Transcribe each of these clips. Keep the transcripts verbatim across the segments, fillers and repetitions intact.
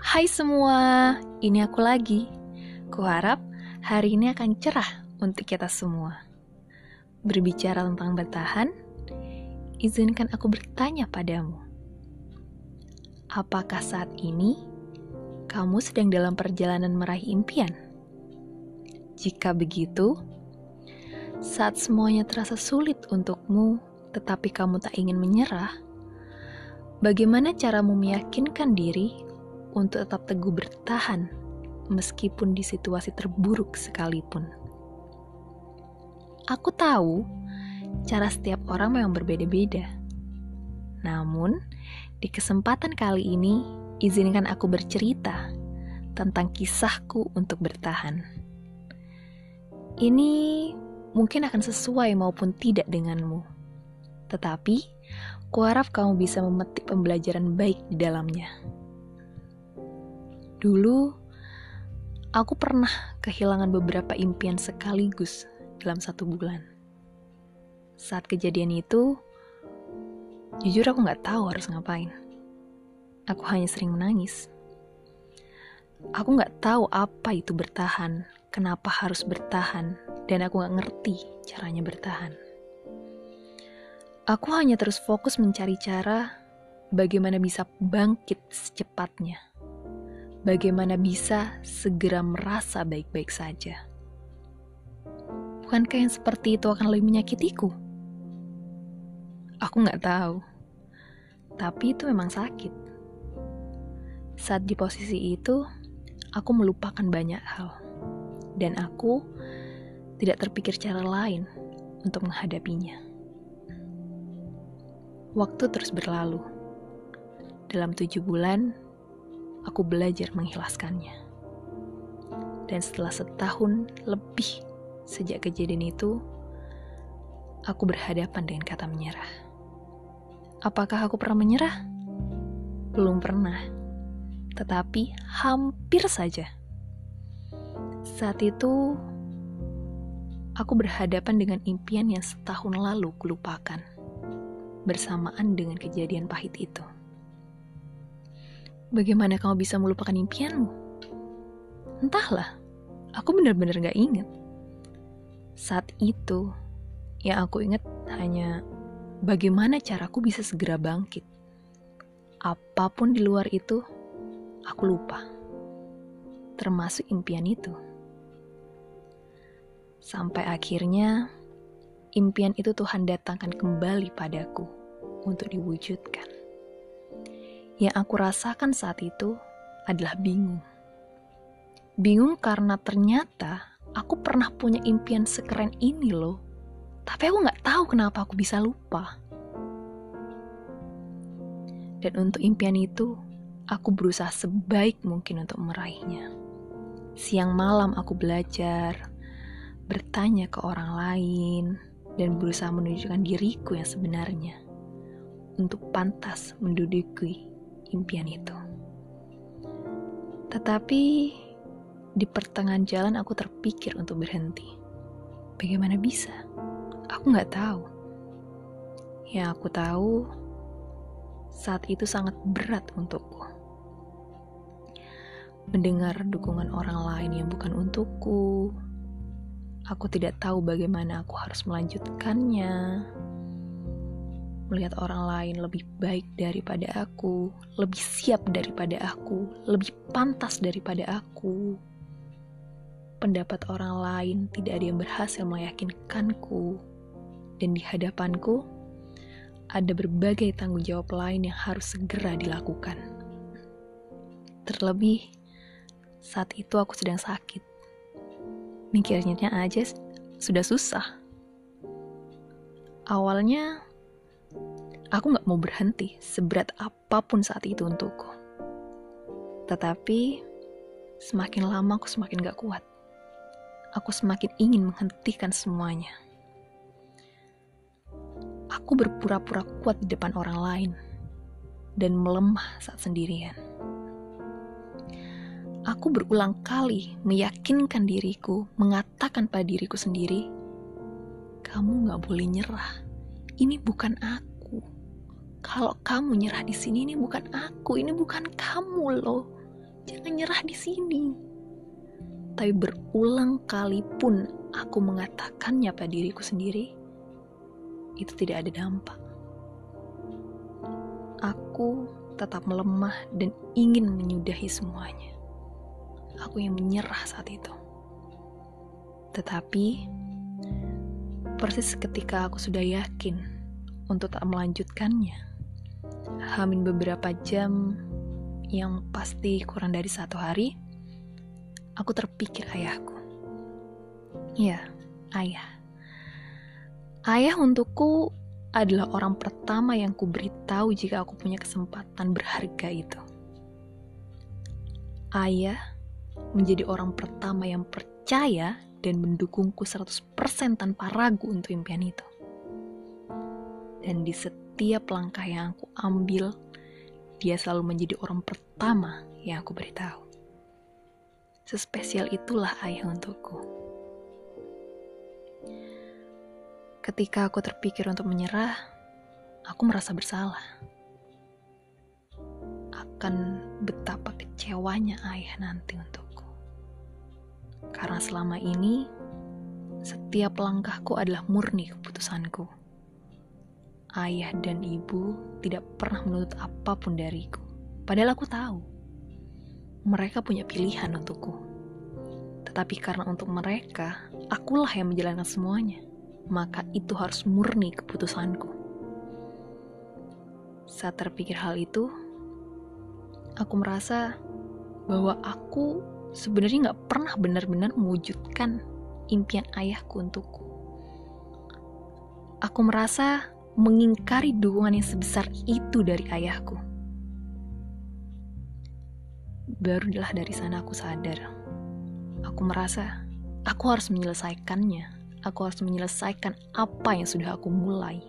Hai semua, ini aku lagi. Kuharap hari ini akan cerah untuk kita semua. Berbicara tentang bertahan, izinkan aku bertanya padamu. Apakah saat ini kamu sedang dalam perjalanan meraih impian? Jika begitu, saat semuanya terasa sulit untukmu, tetapi kamu tak ingin menyerah, bagaimana caramu meyakinkan diri untuk tetap teguh bertahan meskipun di situasi terburuk sekalipun? Aku tahu cara setiap orang memang berbeda-beda. Namun, di kesempatan kali ini, izinkan aku bercerita tentang kisahku untuk bertahan. Ini mungkin akan sesuai maupun tidak denganmu. Tetapi, kuharap kamu bisa memetik pembelajaran baik di dalamnya. Dulu, aku pernah kehilangan beberapa impian sekaligus dalam satu bulan. Saat kejadian itu, jujur aku gak tahu harus ngapain. Aku hanya sering menangis. Aku gak tahu apa itu bertahan, kenapa harus bertahan, dan aku gak ngerti caranya bertahan. Aku hanya terus fokus mencari cara bagaimana bisa bangkit secepatnya. Bagaimana bisa segera merasa baik-baik saja. Bukankah yang seperti itu akan lebih menyakitiku? Aku gak tahu. Tapi itu memang sakit. Saat di posisi itu, aku melupakan banyak hal. Dan aku tidak terpikir cara lain untuk menghadapinya. Waktu terus berlalu. Dalam tujuh bulan, aku belajar mengikhlaskannya. Dan setelah setahun lebih sejak kejadian itu, aku berhadapan dengan kata menyerah. Apakah aku pernah menyerah? Belum pernah. Tetapi hampir saja. Saat itu, aku berhadapan dengan impian yang setahun lalu kulupakan, bersamaan dengan kejadian pahit itu. Bagaimana kamu bisa melupakan impianmu? Entahlah, aku benar-benar gak ingat. Saat itu, yang aku ingat hanya bagaimana caraku bisa segera bangkit. Apapun di luar itu, aku lupa. Termasuk impian itu. Sampai akhirnya, impian itu Tuhan datangkan kembali padaku untuk diwujudkan. Yang aku rasakan saat itu adalah bingung. Bingung karena ternyata aku pernah punya impian sekeren ini loh. Tapi aku gak tahu kenapa aku bisa lupa. Dan untuk impian itu, aku berusaha sebaik mungkin untuk meraihnya. Siang malam aku belajar, bertanya ke orang lain, dan berusaha menunjukkan diriku yang sebenarnya untuk pantas menduduki impian itu. Tetapi di pertengahan jalan aku terpikir untuk berhenti. Bagaimana bisa? Aku gak tahu. Yang aku tahu, saat itu sangat berat untukku. Mendengar dukungan orang lain yang bukan untukku. Aku tidak tahu bagaimana aku harus melanjutkannya. Melihat orang lain lebih baik daripada aku, lebih siap daripada aku, lebih pantas daripada aku. Pendapat orang lain tidak ada yang berhasil meyakinkanku. Dan di hadapanku, ada berbagai tanggung jawab lain yang harus segera dilakukan. Terlebih, saat itu aku sedang sakit. Mikirnya aja sudah susah. Awalnya, aku gak mau berhenti seberat apapun saat itu untukku. Tetapi, semakin lama aku semakin gak kuat. Aku semakin ingin menghentikan semuanya. Aku berpura-pura kuat di depan orang lain dan melemah saat sendirian. Aku berulang kali meyakinkan diriku, mengatakan pada diriku sendiri, kamu gak boleh nyerah. Ini bukan aku. Kalau kamu nyerah di sini, ini bukan aku, ini bukan kamu loh. jangan nyerah di sini. Tapi berulang kali pun aku mengatakannya pada diriku sendiri, itu tidak ada dampak. Aku tetap melemah dan ingin menyudahi semuanya. Aku yang menyerah saat itu. Tetapi, persis ketika aku sudah yakin untuk tak melanjutkannya, hamin beberapa jam, yang pasti kurang dari satu hari, aku terpikir ayahku. Ya, ayah. Ayah untukku adalah orang pertama yang kuberitahu jika aku punya kesempatan berharga itu. Ayah menjadi orang pertama yang percaya dan mendukungku seratus persen tanpa ragu untuk impian itu. Dan di setiap langkah yang aku ambil, dia selalu menjadi orang pertama yang aku beritahu. Sespesial itulah ayah untukku. Ketika aku terpikir untuk menyerah, aku merasa bersalah akan betapa kecewanya ayah nanti untukku. Karena selama ini, setiap langkahku adalah murni keputusanku. Ayah dan ibu tidak pernah menuntut apapun dariku. Padahal aku tahu, mereka punya pilihan untukku. Tetapi karena untuk mereka, akulah yang menjalankan semuanya. Maka itu harus murni keputusanku. Saat terpikir hal itu, aku merasa bahwa aku sebenarnya gak pernah benar-benar mewujudkan impian ayahku untukku. Aku merasa mengingkari dukungan yang sebesar itu dari ayahku. Barulah dari sana aku sadar. Aku merasa aku harus menyelesaikannya. Aku harus menyelesaikan apa yang sudah aku mulai.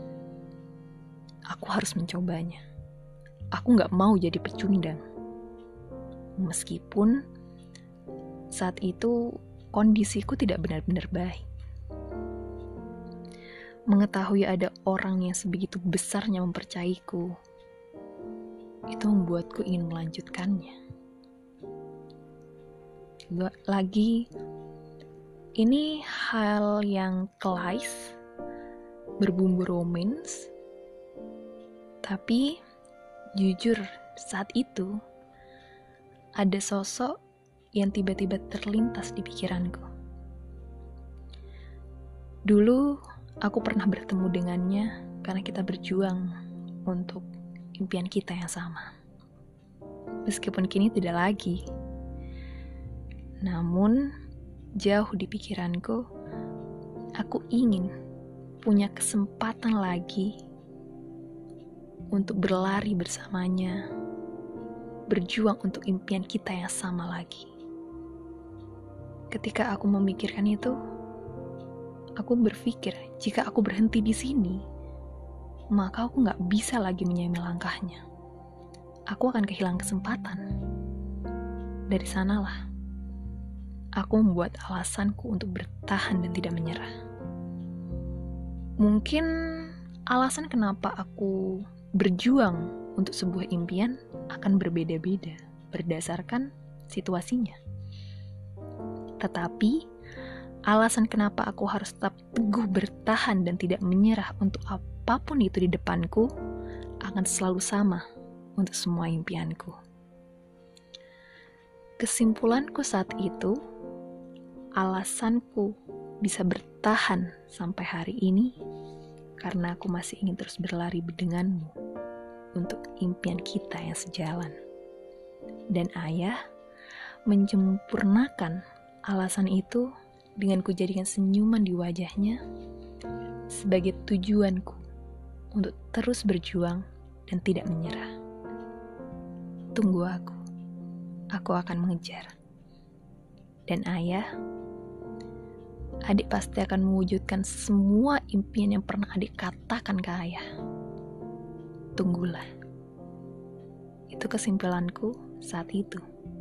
Aku harus mencobanya. Aku gak mau jadi pecundang. Meskipun saat itu kondisiku tidak benar-benar baik. Mengetahui ada orang yang sebegitu besarnya mempercayaiku, itu membuatku ingin melanjutkannya. Lagi, ini hal yang klise, berbumbu romance, tapi jujur saat itu ada sosok yang tiba-tiba terlintas di pikiranku. Dulu aku pernah bertemu dengannya karena kita berjuang untuk impian kita yang sama. Meskipun kini tidak lagi. Namun, jauh di pikiranku, aku ingin punya kesempatan lagi untuk berlari bersamanya, berjuang untuk impian kita yang sama lagi. Ketika aku memikirkan itu, aku berpikir jika aku berhenti di sini, maka aku gak bisa lagi menyamai langkahnya. Aku akan kehilangan kesempatan. Dari sanalah, aku membuat alasanku untuk bertahan dan tidak menyerah. Mungkin alasan kenapa aku berjuang untuk sebuah impian akan berbeda-beda berdasarkan situasinya. Tetapi, alasan kenapa aku harus tetap teguh bertahan dan tidak menyerah untuk apapun itu di depanku akan selalu sama untuk semua impianku. Kesimpulanku saat itu, alasanku bisa bertahan sampai hari ini karena aku masih ingin terus berlari denganmu untuk impian kita yang sejalan. Dan ayah menyempurnakan alasan itu dengan kujadikan senyuman di wajahnya sebagai tujuanku untuk terus berjuang dan tidak menyerah. Tunggu aku, aku akan mengejar. Dan ayah, adik pasti akan mewujudkan semua impian yang pernah adik katakan ke ayah. Tunggulah. Itu kesimpulanku saat itu.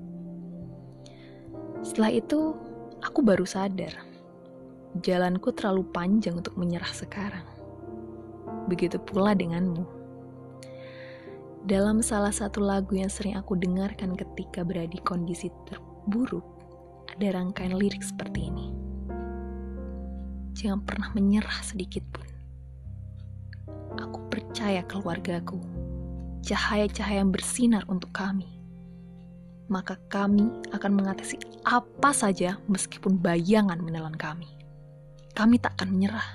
Setelah itu, aku baru sadar, jalanku terlalu panjang untuk menyerah sekarang. Begitu pula denganmu. Dalam salah satu lagu yang sering aku dengarkan ketika berada di kondisi terburuk, ada rangkaian lirik seperti ini. Jangan pernah menyerah sedikit pun. Aku percaya keluargaku, cahaya-cahaya yang bersinar untuk kami. Maka kami akan mengatasi apa saja meskipun bayangan menelan kami. Kami tak akan menyerah.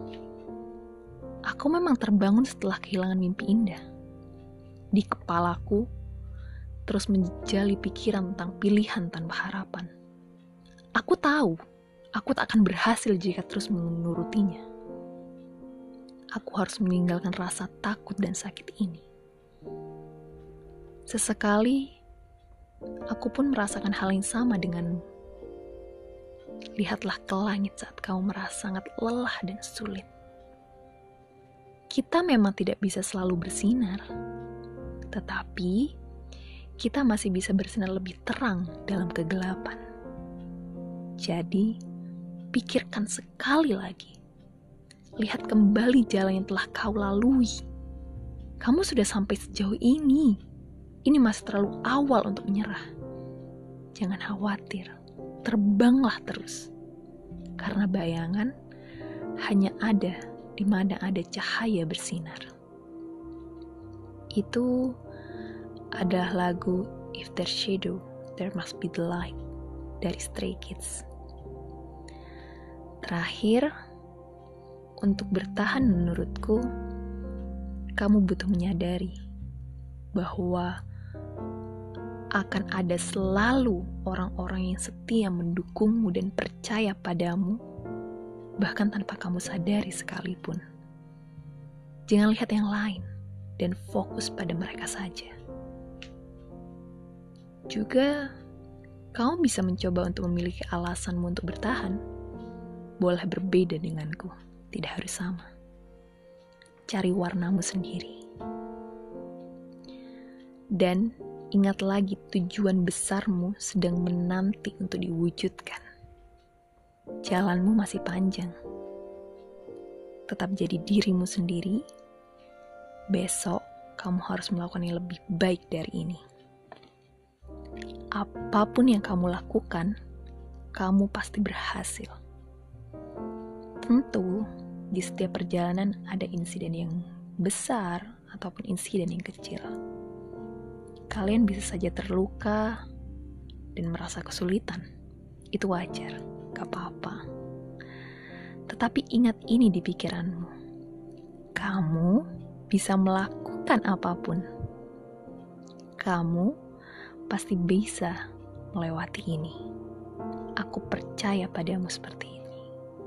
Aku memang terbangun setelah kehilangan mimpi indah. Di kepalaku terus menjejali pikiran tentang pilihan tanpa harapan. Aku tahu, aku tak akan berhasil jika terus menurutinya. Aku harus meninggalkan rasa takut dan sakit ini. Sesekali, aku pun merasakan hal yang sama denganmu. Lihatlah ke langit saat kau merasa sangat lelah dan sulit. Kita memang tidak bisa selalu bersinar, tetapi kita masih bisa bersinar lebih terang dalam kegelapan. Jadi, pikirkan sekali lagi. Lihat kembali jalan yang telah kau lalui. Kamu sudah sampai sejauh ini. Ini masih terlalu awal untuk menyerah. Jangan khawatir, terbanglah terus. Karena bayangan hanya ada di mana ada cahaya bersinar. Itu adalah lagu If There's Shadow, There Must Be The Light dari Stray Kids. Terakhir, untuk bertahan menurutku, kamu butuh menyadari bahwa akan ada selalu orang-orang yang setia mendukungmu dan percaya padamu, bahkan tanpa kamu sadari sekalipun. Jangan lihat yang lain dan fokus pada mereka saja. Juga, kamu bisa mencoba untuk memiliki alasanmu untuk bertahan. Boleh berbeda denganku, tidak harus sama. Cari warnamu sendiri. Dan ingat lagi tujuan besarmu sedang menanti untuk diwujudkan. Jalanmu masih panjang. Tetap jadi dirimu sendiri. Besok kamu harus melakukan yang lebih baik dari ini. Apapun yang kamu lakukan, kamu pasti berhasil. Tentu, di setiap perjalanan ada insiden yang besar ataupun insiden yang kecil. Kalian bisa saja terluka dan merasa kesulitan. Itu wajar, gak apa-apa. Tetapi ingat ini di pikiranmu. Kamu bisa melakukan apapun. Kamu pasti bisa melewati ini. Aku percaya padamu seperti ini.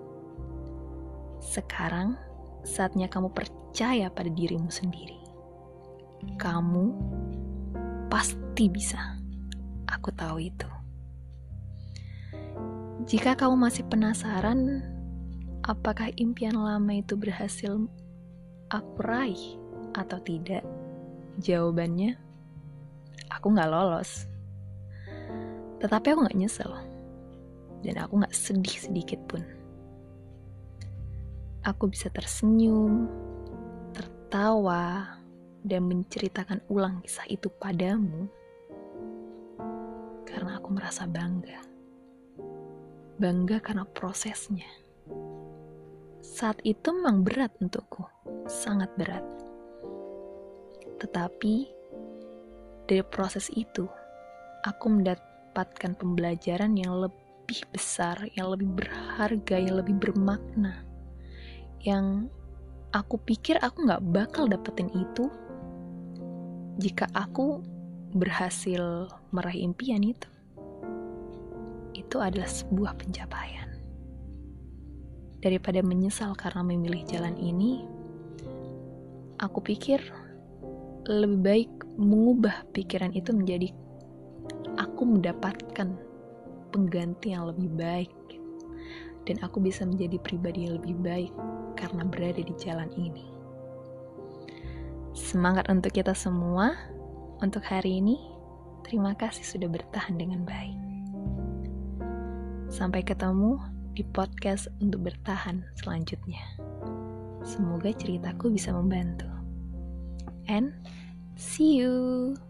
Sekarang, saatnya kamu percaya pada dirimu sendiri. Kamu pasti bisa. Aku tahu itu. Jika kamu masih penasaran, apakah impian lama itu berhasil aku raih atau tidak? Jawabannya, aku gak lolos. Tetapi aku gak nyesel. Dan aku gak sedih sedikit pun. Aku bisa tersenyum, tertawa, dan menceritakan ulang kisah itu padamu. Karena aku merasa bangga. Bangga karena prosesnya. Saat itu memang berat untukku, sangat berat. Tetapi, dari proses itu, aku mendapatkan pembelajaran yang lebih besar, yang lebih berharga, yang lebih bermakna. Yang aku pikir aku gak bakal dapetin itu jika aku berhasil meraih impian itu. Itu adalah sebuah pencapaian. Daripada menyesal karena memilih jalan ini, aku pikir lebih baik mengubah pikiran itu menjadi aku mendapatkan pengganti yang lebih baik. Dan aku bisa menjadi pribadi yang lebih baik karena berada di jalan ini. Semangat untuk kita semua. Untuk hari ini, terima kasih sudah bertahan dengan baik. Sampai ketemu di podcast untuk bertahan selanjutnya. Semoga ceritaku bisa membantu. And See you.